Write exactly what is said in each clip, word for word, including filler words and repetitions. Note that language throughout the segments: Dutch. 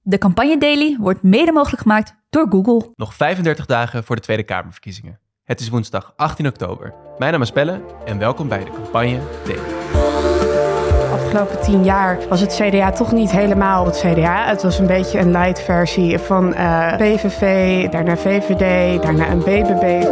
De Campagne Daily wordt mede mogelijk gemaakt door Google. Nog vijfendertig dagen voor de Tweede Kamerverkiezingen. Het is woensdag achttien oktober. Mijn naam is Pelle en welkom bij de Campagne Daily. De afgelopen tien jaar was het C D A toch niet helemaal het C D A. Het was een beetje een light versie van uh, P V V, daarna V V D, daarna een B B B.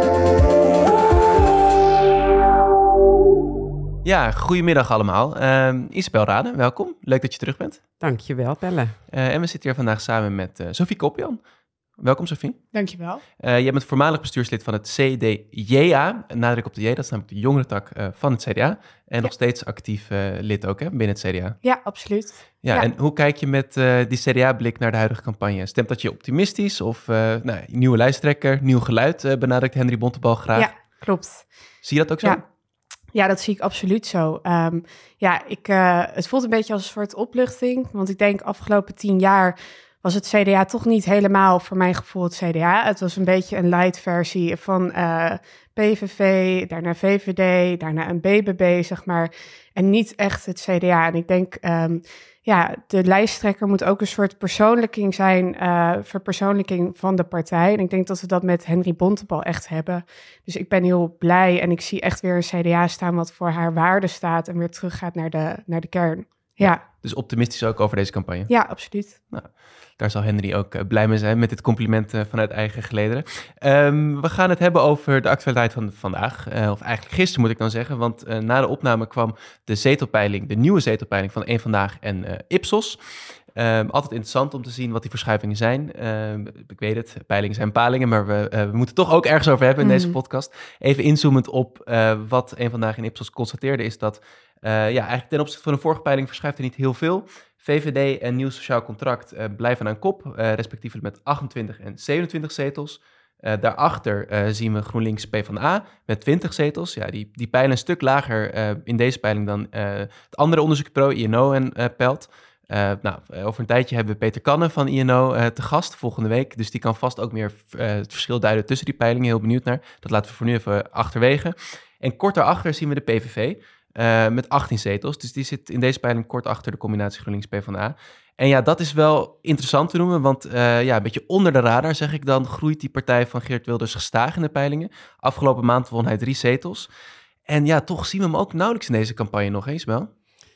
Ja, goedemiddag allemaal. Uh, Isabel Raden, welkom. Leuk dat je terug bent. Dankjewel, Pelle. Uh, en we zitten hier vandaag samen met uh, Sophie Kopjan. Welkom, Sophie. Dankjewel. Uh, jij bent voormalig bestuurslid van het C D J A. Nadruk op de J, dat is namelijk de jongerentak uh, van het C D A. En ja. nog steeds actief uh, lid ook hè, binnen het C D A. Ja, absoluut. Ja, ja. En hoe kijk je met uh, die C D A-blik naar de huidige campagne? Stemt dat je optimistisch of uh, nou, nieuwe lijsttrekker, nieuw geluid, uh, benadrukt Henry Bontebal graag? Ja, klopt. Zie je dat ook zo? Ja. Ja, dat zie ik absoluut zo. Um, ja, ik, uh, het voelt een beetje als een soort opluchting. Want ik denk afgelopen tien jaar was het C D A toch niet helemaal voor mijn gevoel het C D A. Het was een beetje een light versie van uh, P V V, daarna V V D, daarna een B B B, zeg maar. En niet echt het C D A. En ik denk, um, ja, de lijsttrekker moet ook een soort persoonlijking zijn, uh, verpersoonlijking van de partij. En ik denk dat we dat met Henry Bontebal echt hebben. Dus ik ben heel blij en ik zie echt weer een C D A staan wat voor haar waarde staat en weer teruggaat naar de, naar de kern. Ja. Ja. Dus optimistisch ook over deze campagne? Ja, absoluut. Nou, daar zal Henry ook uh, blij mee zijn met dit compliment uh, vanuit eigen gelederen. Um, we gaan het hebben over de actualiteit van vandaag. Uh, of eigenlijk gisteren moet ik dan zeggen. Want uh, na de opname kwam de zetelpeiling, de nieuwe zetelpeiling van Eén Vandaag en uh, Ipsos. Um, altijd interessant om te zien wat die verschuivingen zijn. Um, ik weet het, peilingen zijn palingen, maar we, uh, we moeten het toch ook ergens over hebben in mm. deze podcast. Even inzoomend op uh, wat Eén Vandaag en Ipsos constateerde is dat Uh, ja, eigenlijk ten opzichte van de vorige peiling verschuift er niet heel veel. V V D en Nieuw Sociaal Contract uh, blijven aan kop, uh, respectievelijk met achtentwintig en zevenentwintig zetels. Uh, daarachter uh, zien we GroenLinks PvdA met twintig zetels. Ja, die, die peilen een stuk lager uh, in deze peiling dan uh, het andere onderzoeksbureau I N O en uh, peilt. Uh, nou, over een tijdje hebben we Peter Kanne van I N O uh, te gast volgende week. Dus die kan vast ook meer uh, het verschil duiden tussen die peilingen. Heel benieuwd naar. Dat laten we voor nu even achterwege. En kort daarachter zien we de P V V. Uh, met achttien zetels, dus die zit in deze peiling kort achter de combinatie GroenLinks-PvdA. En ja, dat is wel interessant te noemen, want uh, ja, een beetje onder de radar, zeg ik dan, groeit die partij van Geert Wilders gestaag in de peilingen. Afgelopen maand won hij drie zetels. En ja, toch zien we hem ook nauwelijks in deze campagne nog eens, wel?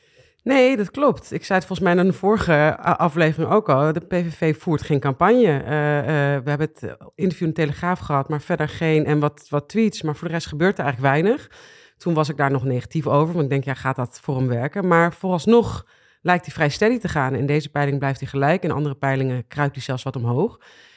Nee, dat klopt. Ik zei het volgens mij in de vorige aflevering ook al. De P V V voert geen campagne. Uh, uh, we hebben het interview in de Telegraaf gehad, maar verder geen en wat, wat tweets. Maar voor de rest gebeurt er eigenlijk weinig. Toen was ik daar nog negatief over, want ik denk, ja, gaat dat voor hem werken? Maar vooralsnog lijkt hij vrij steady te gaan. In deze peiling blijft hij gelijk, in andere peilingen kruipt hij zelfs wat omhoog.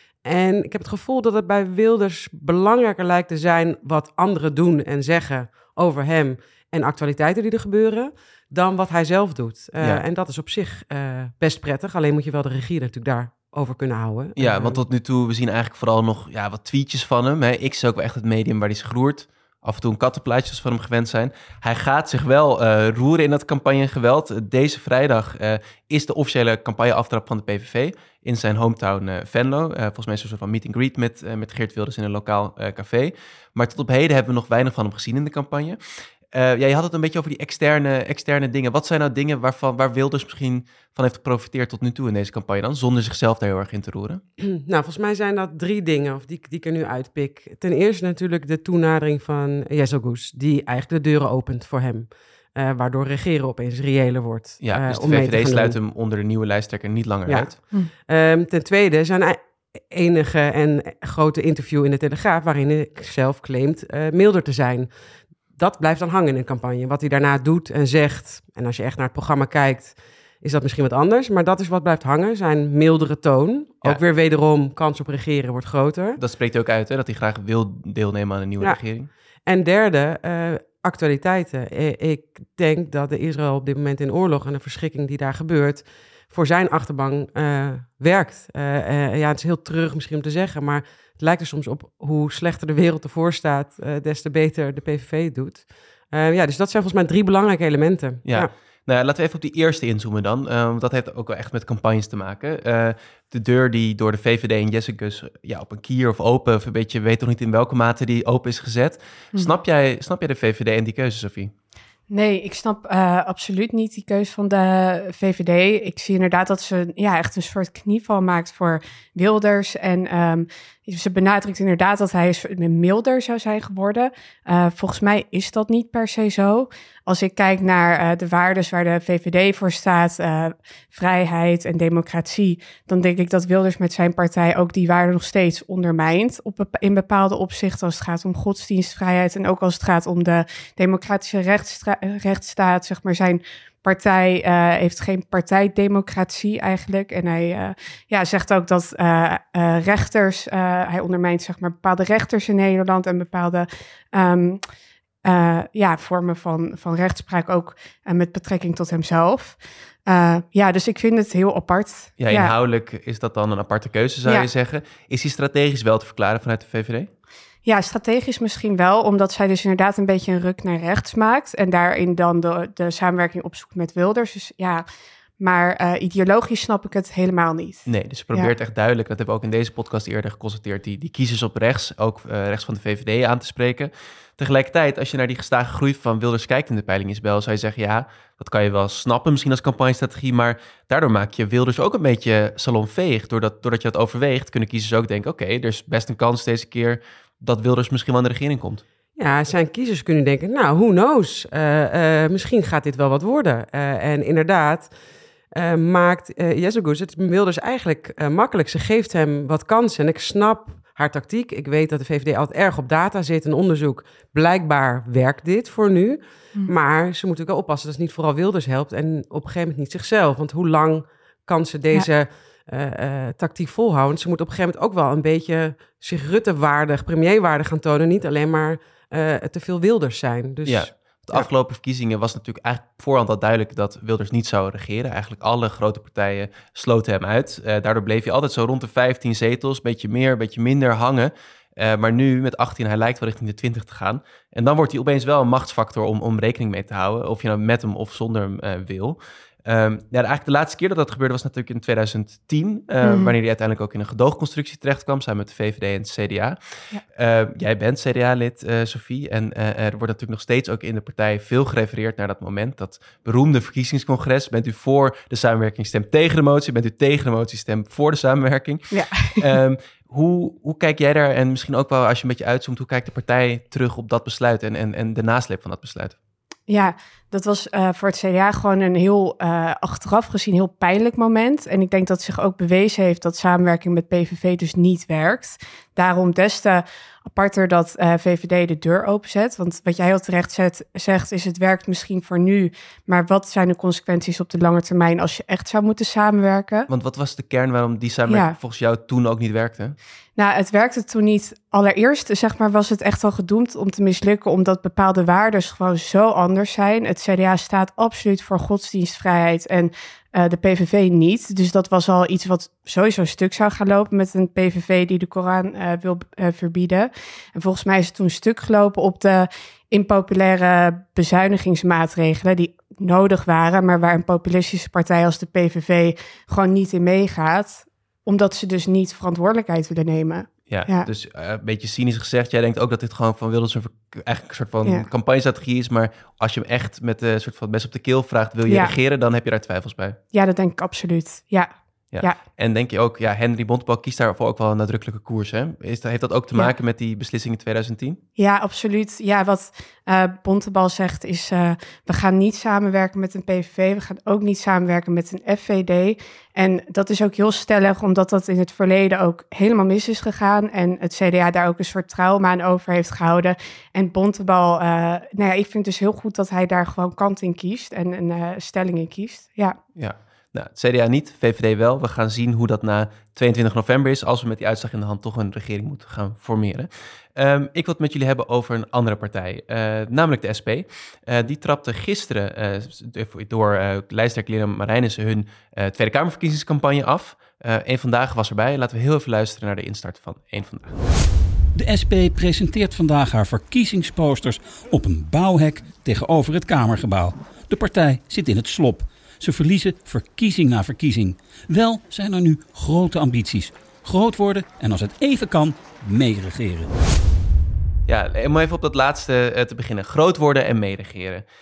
En ik heb het gevoel dat het bij Wilders belangrijker lijkt te zijn wat anderen doen en zeggen over hem en actualiteiten die er gebeuren, dan wat hij zelf doet. Uh, ja. En dat is op zich uh, best prettig, alleen moet je wel de regie natuurlijk daar over kunnen houden. Ja, uh, want tot nu toe, we zien eigenlijk vooral nog ja, wat tweetjes van hem. Hè. X is ook wel echt het medium waar hij zich roert. Af en toe een kattenplaatjes van hem gewend zijn. Hij gaat zich wel uh, roeren in dat campagnegeweld. Deze vrijdag uh, is de officiële campagneaftrap van de P V V in zijn hometown uh, Venlo. Uh, volgens mij is er een soort van meet and greet met, uh, met Geert Wilders in een lokaal uh, café. Maar tot op heden hebben we nog weinig van hem gezien in de campagne. Uh, ja, je had het een beetje over die externe, externe dingen. Wat zijn nou dingen waarvan, waar Wilders misschien van heeft geprofiteerd tot nu toe in deze campagne dan, zonder zichzelf daar heel erg in te roeren? Nou, volgens mij zijn dat drie dingen, of die, die ik er nu uitpik. Ten eerste natuurlijk de toenadering van Jezelgus, die eigenlijk de deuren opent voor hem. Uh, waardoor regeren opeens reëler wordt. Ja, uh, dus de V V D sluit hem onder de nieuwe lijsttrekker niet langer ja. uit. Hm. Um, ten tweede zijn enige en grote interview in de Telegraaf, waarin ik zelf claimt uh, milder te zijn. Dat blijft dan hangen in een campagne. Wat hij daarna doet en zegt, en als je echt naar het programma kijkt, is dat misschien wat anders. Maar dat is wat blijft hangen, zijn mildere toon. Ja. Ook weer wederom, kans op regeren wordt groter. Dat spreekt ook uit, hè, dat hij graag wil deelnemen aan een nieuwe ja. regering. En derde, uh, actualiteiten. Ik denk dat de Israël op dit moment in oorlog en de verschrikking die daar gebeurt, voor zijn achterban uh, werkt. Uh, uh, ja, het is heel treurig misschien om te zeggen, maar het lijkt er soms op hoe slechter de wereld ervoor staat, uh, des te beter de P V V het doet. Uh, ja, dus dat zijn volgens mij drie belangrijke elementen. Ja. ja. Nou, laten we even op die eerste inzoomen dan. Uh, want dat heeft ook wel echt met campagnes te maken. Uh, de deur die door de V V D en Jezelgus ja, op een kier of open, of een beetje, weet toch niet in welke mate die open is gezet. Hm. Snap jij, snap jij de V V D en die keuze, Sophie? Nee, ik snap uh, absoluut niet die keus van de V V D. Ik zie inderdaad dat ze ja, echt een soort knieval maakt voor Wilders. En um, ze benadrukt inderdaad dat hij milder zou zijn geworden. Uh, volgens mij is dat niet per se zo. Als ik kijk naar uh, de waarden waar de V V D voor staat, uh, vrijheid en democratie, dan denk ik dat Wilders met zijn partij ook die waarden nog steeds ondermijnt op, in bepaalde opzichten als het gaat om godsdienstvrijheid en ook als het gaat om de democratische rechtstra- rechtsstaat, zeg maar. Zijn partij uh, heeft geen partijdemocratie eigenlijk. En hij uh, ja, zegt ook dat uh, uh, rechters, uh, hij ondermijnt zeg maar bepaalde rechters in Nederland en bepaalde um, uh, ja, vormen van, van rechtspraak ook uh, met betrekking tot hemzelf. Uh, ja, dus ik vind het heel apart. Ja, inhoudelijk ja. is dat dan een aparte keuze, zou ja. je zeggen. Is die strategisch wel te verklaren vanuit de V V D? Ja, strategisch misschien wel, omdat zij dus inderdaad een beetje een ruk naar rechts maakt en daarin dan de, de samenwerking opzoekt met Wilders. Dus ja, maar uh, ideologisch snap ik het helemaal niet. Nee, dus ze probeert ja. echt duidelijk, dat hebben we ook in deze podcast eerder geconstateerd, die, die kiezers op rechts, ook uh, rechts van de V V D aan te spreken. Tegelijkertijd, als je naar die gestage groei van Wilders kijkt in de peiling Isabel, zou je zeggen, ja, dat kan je wel snappen misschien als campagnestrategie, maar daardoor maak je Wilders ook een beetje salonveeg. Doordat, doordat je dat overweegt, kunnen kiezers ook denken, oké, okay, er is best een kans deze keer dat Wilders misschien wel aan de regering komt. Ja, zijn kiezers kunnen denken, nou, who knows? Uh, uh, misschien gaat dit wel wat worden. Uh, en inderdaad uh, maakt uh, Jezus het Wilders eigenlijk uh, makkelijk. Ze geeft hem wat kansen. En ik snap haar tactiek. Ik weet dat de V V D altijd erg op data zit en onderzoek. Blijkbaar werkt dit voor nu. Hm. Maar ze moeten ook wel oppassen dat het niet vooral Wilders helpt en op een gegeven moment niet zichzelf. Want hoe lang kan ze deze ja. uh, uh, tactiek volhouden? Ze moet op een gegeven moment ook wel een beetje zich Rutte-waardig, premierwaardig gaan tonen. Niet alleen maar uh, te veel Wilders zijn. Dus, ja. De afgelopen verkiezingen was natuurlijk eigenlijk voorhand al duidelijk dat Wilders niet zou regeren. Eigenlijk alle grote partijen sloten hem uit. Uh, daardoor bleef hij altijd zo rond de vijftien zetels, een beetje meer, een beetje minder hangen. Uh, maar nu met achttien, hij lijkt wel richting de twintig te gaan. En dan wordt hij opeens wel een machtsfactor om, om rekening mee te houden. Of je nou met hem of zonder hem uh, wil. Um, ja, eigenlijk de laatste keer dat dat gebeurde was natuurlijk in twintig tien. Uh, mm-hmm. Wanneer hij uiteindelijk ook in een gedoogconstructie terecht kwam. Samen met de V V D en het C D A. Ja. Uh, jij bent C D A-lid, uh, Sophie. En uh, er wordt natuurlijk nog steeds ook in de partij veel gerefereerd naar dat moment. Dat beroemde verkiezingscongres. Bent u voor de samenwerking, stem tegen de motie. Bent u tegen de motie, stem voor de samenwerking. Ja. Um, Hoe, hoe kijk jij daar, en misschien ook wel als je een beetje uitzoomt, hoe kijkt de partij terug op dat besluit en, en, en de nasleep van dat besluit? Ja, dat was uh, voor het C D A gewoon een heel uh, achteraf gezien heel pijnlijk moment. En ik denk dat zich ook bewezen heeft dat samenwerking met P V V dus niet werkt. Daarom des te aparter dat uh, V V D de deur openzet. Want wat jij heel terecht zet, zegt is het werkt misschien voor nu. Maar wat zijn de consequenties op de lange termijn als je echt zou moeten samenwerken? Want wat was de kern waarom die samenwerking ja. volgens jou toen ook niet werkte? Nou, het werkte toen niet. Allereerst, zeg maar, was het echt al gedoemd om te mislukken, omdat bepaalde waarden gewoon zo anders zijn. Het C D A staat absoluut voor godsdienstvrijheid en uh, de P V V niet. Dus dat was al iets wat sowieso stuk zou gaan lopen met een P V V die de Koran uh, wil uh, verbieden. En volgens mij is het toen stuk gelopen op de impopulaire bezuinigingsmaatregelen die nodig waren, maar waar een populistische partij als de P V V gewoon niet in meegaat, omdat ze dus niet verantwoordelijkheid willen nemen. Ja, ja. dus uh, een beetje cynisch gezegd, jij denkt ook dat dit gewoon van Wilders een eigenlijk een soort van ja. campagnestrategie is, maar als je hem echt met een soort van mes op de keel vraagt, wil je ja. regeren, dan heb je daar twijfels bij. Ja, dat denk ik absoluut, ja. Ja. ja. En denk je ook, ja, Henry Bontebal kiest daarvoor ook wel een nadrukkelijke koers, hè? Is dat, heeft dat ook te maken ja. met die beslissing in twintig tien? Ja, absoluut. Ja, wat uh, Bontebal zegt is, uh, we gaan niet samenwerken met een P V V, we gaan ook niet samenwerken met een F V D. En dat is ook heel stellig, omdat dat in het verleden ook helemaal mis is gegaan en het C D A daar ook een soort trauma aan over heeft gehouden. En Bontebal, uh, nou ja, ik vind het dus heel goed dat hij daar gewoon kant in kiest en een uh, stelling in kiest. Ja. Ja. Nou, het C D A niet, V V D wel. We gaan zien hoe dat na tweeëntwintig november is, als we met die uitslag in de hand toch een regering moeten gaan formeren. Um, ik wil het met jullie hebben over een andere partij, uh, namelijk de S P. Uh, die trapte gisteren uh, door uh, lijsttrekker Lilian Marijnissen hun uh, Tweede Kamerverkiezingscampagne af. Uh, Eén Vandaag was erbij. Laten we heel even luisteren naar de instart van Eén Vandaag. De S P presenteert vandaag haar verkiezingsposters op een bouwhek tegenover het Kamergebouw. De partij zit in het slop. Ze verliezen verkiezing na verkiezing. Wel zijn er nu grote ambities. Groot worden en als het even kan, meeregeren. Ja, om even op dat laatste uh, te beginnen. Groot worden en meeregeren.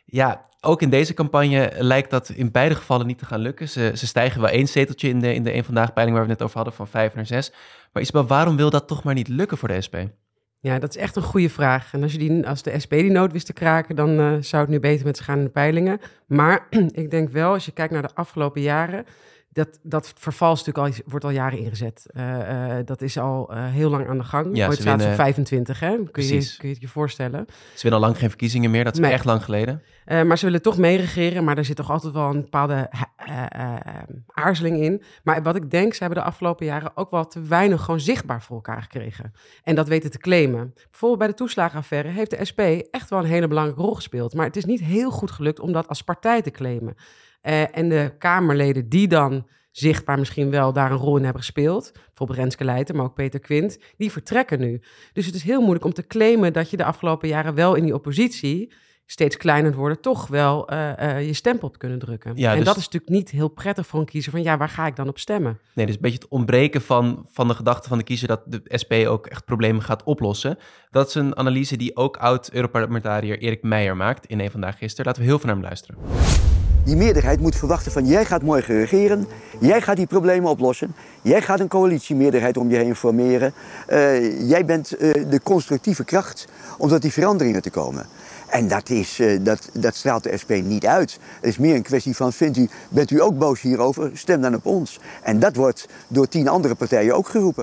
Ja, ook in deze campagne lijkt dat in beide gevallen niet te gaan lukken. Ze, ze stijgen wel één zeteltje in de, in de een vandaag peiling waar we het net over hadden, van vijf naar zes. Maar Isabel, waarom wil dat toch maar niet lukken voor de S P? Ja, dat is echt een goede vraag. En als, je die, als de S P die nood wist te kraken, dan uh, zou het nu beter met ze gaan in de peilingen. Maar ik denk wel, als je kijkt naar de afgelopen jaren, dat, dat verval is natuurlijk al, wordt al jaren ingezet. Uh, uh, dat is al uh, heel lang aan de gang. Ja, Ooit ze staat winnen... ze vijfentwintig, hè? Kun je, Precies. kun je het je voorstellen? Ze winnen al lang geen verkiezingen meer, dat is Nee. echt lang geleden. Uh, maar ze willen toch meeregeren, maar er zit toch altijd wel een bepaalde uh, uh, aarzeling in. Maar wat ik denk, ze hebben de afgelopen jaren ook wel te weinig gewoon zichtbaar voor elkaar gekregen. En dat weten te claimen. Bijvoorbeeld bij de toeslagenaffaire heeft de S P echt wel een hele belangrijke rol gespeeld. Maar het is niet heel goed gelukt om dat als partij te claimen. Uh, en de Kamerleden die dan zichtbaar misschien wel daar een rol in hebben gespeeld, bijvoorbeeld Renske Leijten, maar ook Peter Quint, die vertrekken nu. Dus het is heel moeilijk om te claimen dat je de afgelopen jaren wel in die oppositie, steeds kleiner worden, toch wel uh, uh, je stempel op kunnen drukken. Ja, en dus... dat is natuurlijk niet heel prettig voor een kiezer van ja, waar ga ik dan op stemmen? Nee, dus een beetje het ontbreken van, van de gedachte van de kiezer dat de S P ook echt problemen gaat oplossen. Dat is een analyse die ook oud-Europarlementariër Erik Meijer maakt in een vandaag gisteren. Laten we heel veel naar hem luisteren. Die meerderheid moet verwachten van jij gaat morgen regeren, jij gaat die problemen oplossen, jij gaat een coalitiemeerderheid om je heen formeren, uh, jij bent uh, de constructieve kracht om tot die veranderingen te komen. En dat, is, uh, dat, dat straalt de S P niet uit. Het is meer een kwestie van, vindt u, bent u ook boos hierover, stem dan op ons. En dat wordt door tien andere partijen ook geroepen.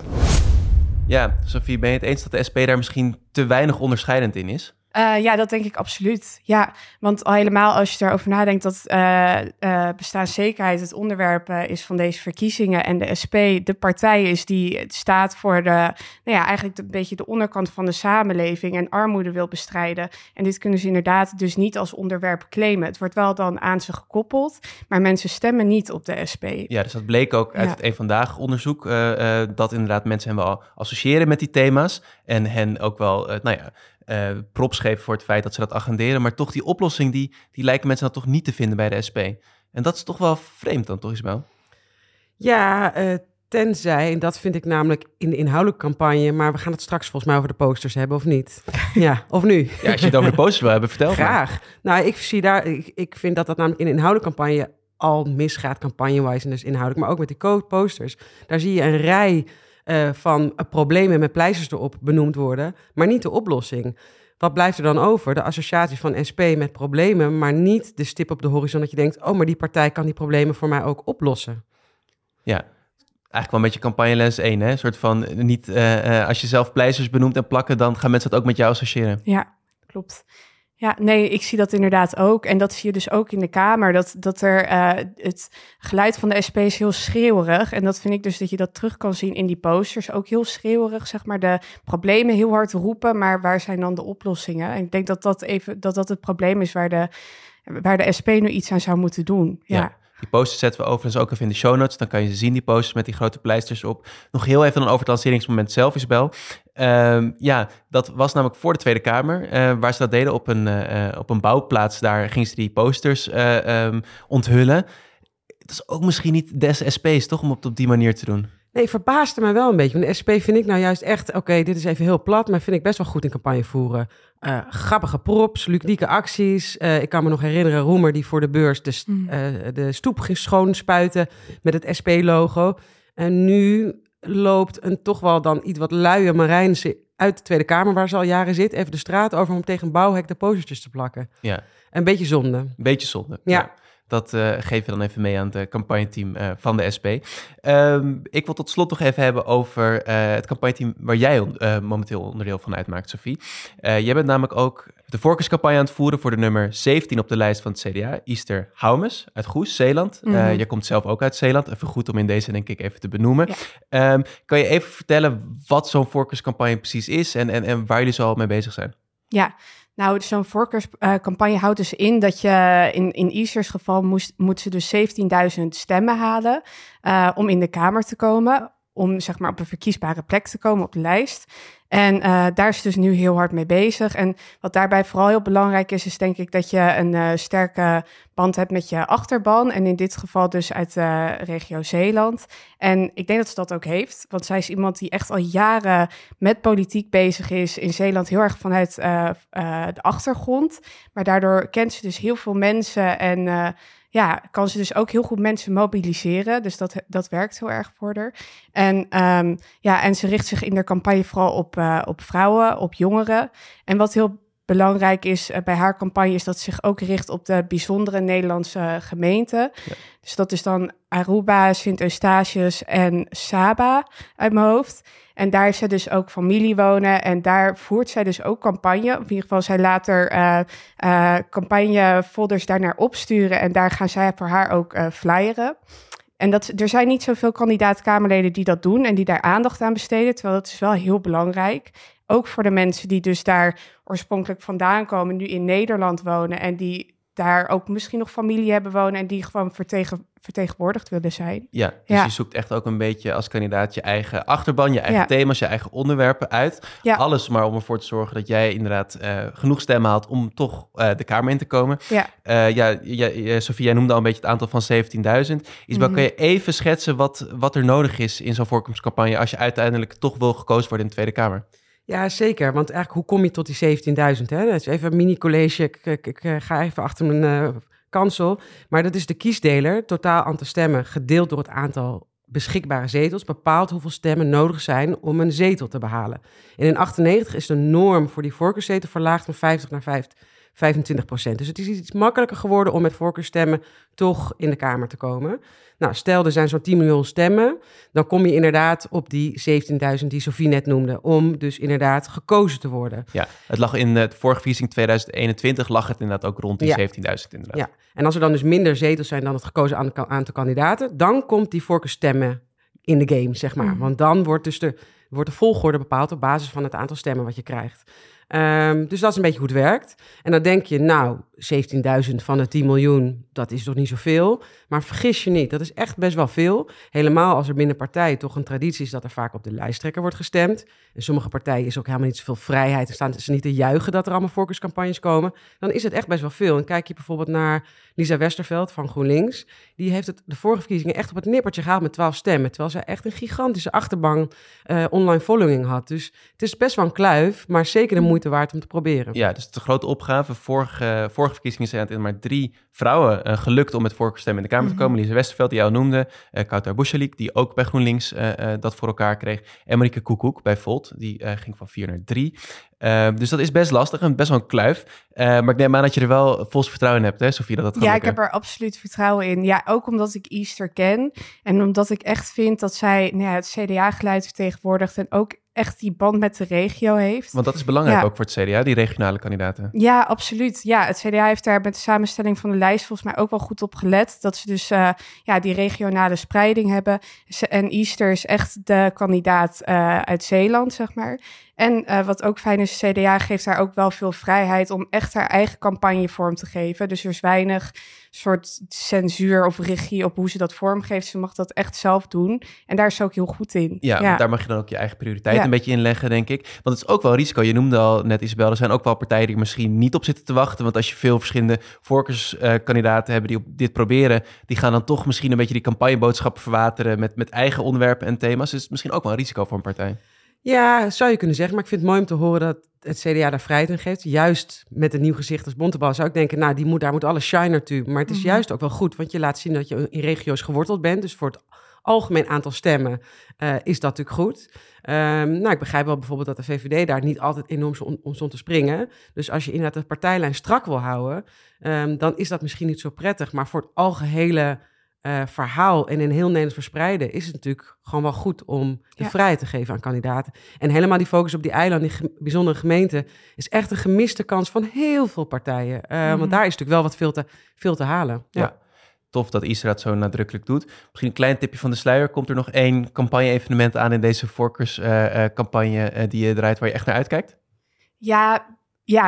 Ja, Sophie, ben je het eens dat de S P daar misschien te weinig onderscheidend in is? Uh, ja, dat denk ik absoluut. Ja, want al helemaal als je erover nadenkt dat uh, uh, bestaanszekerheid het onderwerp uh, is van deze verkiezingen en de S P de partij is die staat voor de, nou ja, eigenlijk een beetje de onderkant van de samenleving en armoede wil bestrijden. En dit kunnen ze inderdaad dus niet als onderwerp claimen. Het wordt wel dan aan ze gekoppeld, maar mensen stemmen niet op de S P. Ja, dus dat bleek ook uit ja. het een vandaag onderzoek, uh, uh, dat inderdaad mensen hen wel associëren met die thema's en hen ook wel, uh, nou ja, Uh, props geven voor het feit dat ze dat agenderen. Maar toch die oplossing, die, die lijken mensen dan toch niet te vinden bij de S P. En dat is toch wel vreemd dan, toch Isabel? Ja, uh, tenzij, en dat vind ik namelijk in de inhoudelijke campagne, maar we gaan het straks volgens mij over de posters hebben, of niet? Ja, of nu? Ja, als je het over de posters wil hebben, vertel. Graag. Maar. Nou, ik zie daar, ik, ik vind dat dat namelijk in de inhoudelijke campagne al misgaat, campagne-wise en dus inhoudelijk, maar ook met die posters. Daar zie je een rij Uh, van uh, problemen met pleisters erop benoemd worden, maar niet de oplossing. Wat blijft er dan over? De associatie van S P met problemen, maar niet de stip op de horizon dat je denkt, oh, maar die partij kan die problemen voor mij ook oplossen. Ja, eigenlijk wel een beetje campagnelens één, hè? Een soort van, niet, uh, uh, als je zelf pleisters benoemt en plakken, dan gaan mensen dat ook met jou associëren. Ja, klopt. Ja, nee, ik zie dat inderdaad ook. En dat zie je dus ook in de Kamer. Dat, dat er uh, het geluid van de S P is heel schreeuwerig. En dat vind ik dus dat je dat terug kan zien in die posters. Ook heel schreeuwerig, zeg maar, de problemen heel hard roepen. Maar waar zijn dan de oplossingen? En ik denk dat dat even dat dat het probleem is waar de, waar de S P nu iets aan zou moeten doen. Ja. ja. Die posters zetten we overigens ook even in de show notes. Dan kan je ze zien, die posters met die grote pleisters op. Nog heel even dan over het lanceringsmoment zelf, Isabel. Uh, ja, dat was namelijk voor de Tweede Kamer, uh, waar ze dat deden op een, uh, op een bouwplaats. Daar gingen ze die posters uh, um, onthullen. Dat is ook misschien niet des S P's, toch, om het op die manier te doen? Nee, verbaasde mij wel een beetje. Want de S P vind ik nou juist echt, oké, okay, dit is even heel plat, maar vind ik best wel goed in campagne voeren. Uh, grappige props, ludieke acties. Uh, ik kan me nog herinneren, Roemer die voor de beurs de, mm. uh, de stoep ging schoonspuiten met het S P-logo. En nu loopt een toch wel dan iets wat luie Marijnse uit de Tweede Kamer, waar ze al jaren zit, even de straat over om tegen een bouwhek de postertjes te plakken. Ja. Een beetje zonde. Een beetje zonde, ja. ja. Dat uh, geven we dan even mee aan het campagneteam uh, van de S P. Um, ik wil tot slot nog even hebben over uh, het campagneteam waar jij uh, momenteel onderdeel van uitmaakt, Sophie. Uh, jij bent namelijk ook de voorkeurscampagne aan het voeren voor de nummer zeventien op de lijst van het C D A, Esther Houmes uit Goes, Zeeland. Mm-hmm. Uh, jij komt zelf ook uit Zeeland. Even goed om in deze denk ik even te benoemen. Ja. Um, kan je even vertellen wat zo'n voorkeurscampagne precies is en, en, en waar jullie zo al mee bezig zijn? Ja, nou, zo'n voorkeurscampagne uh, houdt dus in dat je in, in Esther's geval moest, moet ze dus zeventienduizend stemmen halen uh, om in de Kamer te komen. om zeg maar op een verkiesbare plek te komen op de lijst. En uh, daar is dus nu heel hard mee bezig. En wat daarbij vooral heel belangrijk is, is denk ik dat je een uh, sterke band hebt met je achterban. En in dit geval dus uit de uh, regio Zeeland. En ik denk dat ze dat ook heeft. Want zij is iemand die echt al jaren met politiek bezig is in Zeeland. Heel erg vanuit uh, uh, de achtergrond. Maar daardoor kent ze dus heel veel mensen en uh, ja, kan ze dus ook heel goed mensen mobiliseren. Dus dat, dat werkt heel erg voor haar. En, um, ja, en ze richt zich in de campagne vooral op, uh, op vrouwen, op jongeren. En wat heel belangrijk is uh, bij haar campagne is dat ze zich ook richt op de bijzondere Nederlandse gemeenten. Ja. Dus dat is dan Aruba, Sint-Eustatius en Saba uit mijn hoofd. En daar heeft zij dus ook familie wonen en daar voert zij dus ook campagne. Of in ieder geval, zij later uh, uh, campagnefolders daarnaar opsturen en daar gaan zij voor haar ook uh, flyeren. En dat, er zijn niet zoveel kandidaat-Kamerleden die dat doen en die daar aandacht aan besteden, terwijl dat is wel heel belangrijk. Ook voor de mensen die dus daar oorspronkelijk vandaan komen, nu in Nederland wonen en die daar ook misschien nog familie hebben wonen en die gewoon vertegen, vertegenwoordigd willen zijn. Ja, dus ja. je zoekt echt ook een beetje als kandidaat je eigen achterban, je eigen ja. thema's, je eigen onderwerpen uit. Ja. Alles maar om ervoor te zorgen dat jij inderdaad uh, genoeg stemmen haalt om toch uh, de Kamer in te komen. Ja, uh, ja, ja, ja Sophie, jij noemde al een beetje het aantal van zeventienduizend. Isabel, mm-hmm. kan je even schetsen wat, wat er nodig is in zo'n voorkomstcampagne als je uiteindelijk toch wil gekozen worden in de Tweede Kamer? Ja, zeker. Want eigenlijk, hoe kom je tot die zeventienduizend? Hè? Dat is even een mini-college. Ik, ik, ik ga even achter mijn uh, kansel. Maar dat is de kiesdeler, totaal aantal stemmen, gedeeld door het aantal beschikbare zetels, bepaalt hoeveel stemmen nodig zijn om een zetel te behalen. En in achtennegentig is de norm voor die voorkeurszetel verlaagd van vijftig naar vijfentwintig procent. Dus het is iets makkelijker geworden om met voorkeurstemmen toch in de Kamer te komen. Nou, stel er zijn zo'n tien miljoen stemmen, dan kom je inderdaad op die zeventienduizend die Sophie net noemde, om dus inderdaad gekozen te worden. Ja, het lag in de vorige verkiezing tweeduizend eenentwintig, lag het inderdaad ook rond die ja. zeventienduizend inderdaad. Ja, en als er dan dus minder zetels zijn dan het gekozen aantal kandidaten, dan komt die voorkeurstemmen in de game, zeg maar. Mm. Want dan wordt dus de, wordt de volgorde bepaald op basis van het aantal stemmen wat je krijgt. Um, dus dat is een beetje hoe het werkt. En dan denk je, nou, zeventienduizend van de tien miljoen, dat is toch niet zoveel. Maar vergis je niet, dat is echt best wel veel. Helemaal als er binnen partijen toch een traditie is dat er vaak op de lijsttrekker wordt gestemd. En sommige partijen is ook helemaal niet zoveel vrijheid. Er staan ze niet te juichen dat er allemaal voorkeurscampagnes komen. Dan is het echt best wel veel. En kijk je bijvoorbeeld naar Lisa Westerveld van GroenLinks. Die heeft het de vorige verkiezingen echt op het nippertje gehaald met twaalf stemmen. Terwijl zij echt een gigantische achterban uh, online following had. Dus het is best wel een kluif, maar zeker de moeite waard om te proberen. Ja, dus de grote opgave. Vorige, vorige verkiezingen zijn het in maar drie vrouwen uh, gelukt om met voorkeurstemmen in de Kamer te komen. Lisa Westerveld, die jou noemde. Uh, Kawtar Bouchalik, die ook bij GroenLinks uh, uh, dat voor elkaar kreeg. En Marieke Koekoek bij Volt, die uh, ging van vier naar drie. Uh, dus dat is best lastig en best wel een kluif. Uh, maar ik neem aan dat je er wel volste vertrouwen in hebt, hè, Sophie, dat dat gaat Ja, lukken. Ik heb er absoluut vertrouwen in. Ja, ook omdat ik Easter ken. En omdat ik echt vind dat zij nou ja, het C D A-geluid vertegenwoordigt en ook echt die band met de regio heeft. Want dat is belangrijk ja. ook voor het C D A, die regionale kandidaten. Ja, absoluut. Ja, het C D A heeft daar met de samenstelling van de lijst volgens mij ook wel goed op gelet. Dat ze dus uh, ja, die regionale spreiding hebben. En Easter is echt de kandidaat uh, uit Zeeland, zeg maar. En uh, wat ook fijn is, C D A geeft haar ook wel veel vrijheid om echt haar eigen campagne vorm te geven. Dus er is weinig soort censuur of regie op hoe ze dat vormgeeft. Ze mag dat echt zelf doen. En daar is ze ook heel goed in. Ja, ja. daar mag je dan ook je eigen prioriteiten ja. een beetje in leggen, denk ik. Want het is ook wel risico. Je noemde al net, Isabel, er zijn ook wel partijen die er misschien niet op zitten te wachten. Want als je veel verschillende voorkeurskandidaten uh, hebt die op dit proberen, die gaan dan toch misschien een beetje die campagneboodschappen verwateren met, met eigen onderwerpen en thema's. Dus het is misschien ook wel een risico voor een partij. Ja, zou je kunnen zeggen. Maar ik vind het mooi om te horen dat het C D A daar vrijheid in geeft. Juist met een nieuw gezicht als Bontebal zou ik denken, nou, die moet, daar moet alle shine naartoe. Maar het is mm-hmm. juist ook wel goed, want je laat zien dat je in regio's geworteld bent. Dus voor het algemeen aantal stemmen uh, is dat natuurlijk goed. Um, nou, ik begrijp wel bijvoorbeeld dat de V V D daar niet altijd enorm om, om stond te springen. Dus als je inderdaad de partijlijn strak wil houden, um, dan is dat misschien niet zo prettig. Maar voor het algehele Uh, verhaal en in heel Nederland verspreiden, is het natuurlijk gewoon wel goed om de ja. vrijheid te geven aan kandidaten. En helemaal die focus op die eilanden, die ge- bijzondere gemeenten, is echt een gemiste kans van heel veel partijen. Uh, mm-hmm. Want daar is natuurlijk wel wat veel te, veel te halen. Ja. ja. Tof dat Isra het zo nadrukkelijk doet. Misschien een klein tipje van de sluier. Komt er nog één campagne-evenement aan in deze voorkeurscampagne uh, uh, uh, die je draait waar je echt naar uitkijkt? Ja, ja.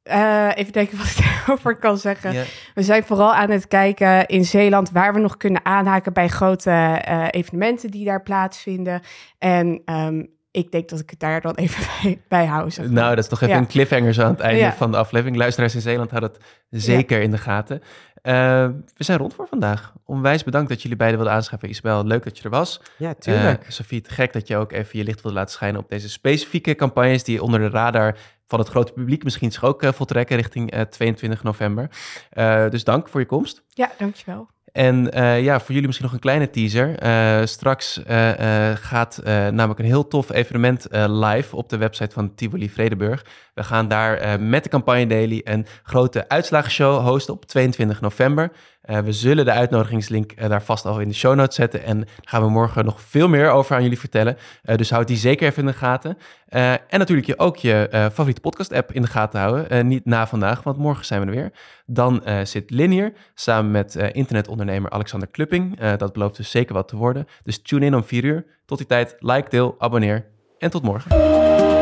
Uh, even denken wat ik daarover kan zeggen. Ja. We zijn vooral aan het kijken in Zeeland waar we nog kunnen aanhaken bij grote uh, evenementen die daar plaatsvinden. En um, ik denk dat ik het daar dan even bij, bij hou. Zeg maar. Nou, dat is nog even ja. een cliffhanger zo aan het einde ja. van de aflevering. Luisteraars in Zeeland hadden het zeker ja. in de gaten. Uh, we zijn rond voor vandaag. Onwijs bedankt dat jullie beiden wilden aanschaffen. Isabel, leuk dat je er was. Ja, tuurlijk. Uh, Sophie, te gek dat je ook even je licht wilde laten schijnen op deze specifieke campagnes die onder de radar van het grote publiek misschien zich ook uh, voltrekken richting uh, tweeëntwintig november. Uh, dus dank voor je komst. Ja, dankjewel. En uh, ja, voor jullie misschien nog een kleine teaser. Uh, straks uh, uh, gaat uh, namelijk een heel tof evenement uh, live op de website van Tivoli Vredenburg. We gaan daar uh, met de Campagne Daily een grote uitslagenshow hosten op tweeëntwintig november. Uh, we zullen de uitnodigingslink uh, daar vast al in de show notes zetten. En daar gaan we morgen nog veel meer over aan jullie vertellen. Uh, dus houd die zeker even in de gaten. Uh, en natuurlijk je ook je uh, favoriete podcast-app in de gaten houden. Uh, niet na vandaag, want morgen zijn we er weer. Dan uh, zit Lin hier, samen met uh, internetondernemer Alexander Klupping. Uh, dat belooft dus zeker wat te worden. Dus tune in om vier uur. Tot die tijd, like, deel, abonneer en tot morgen.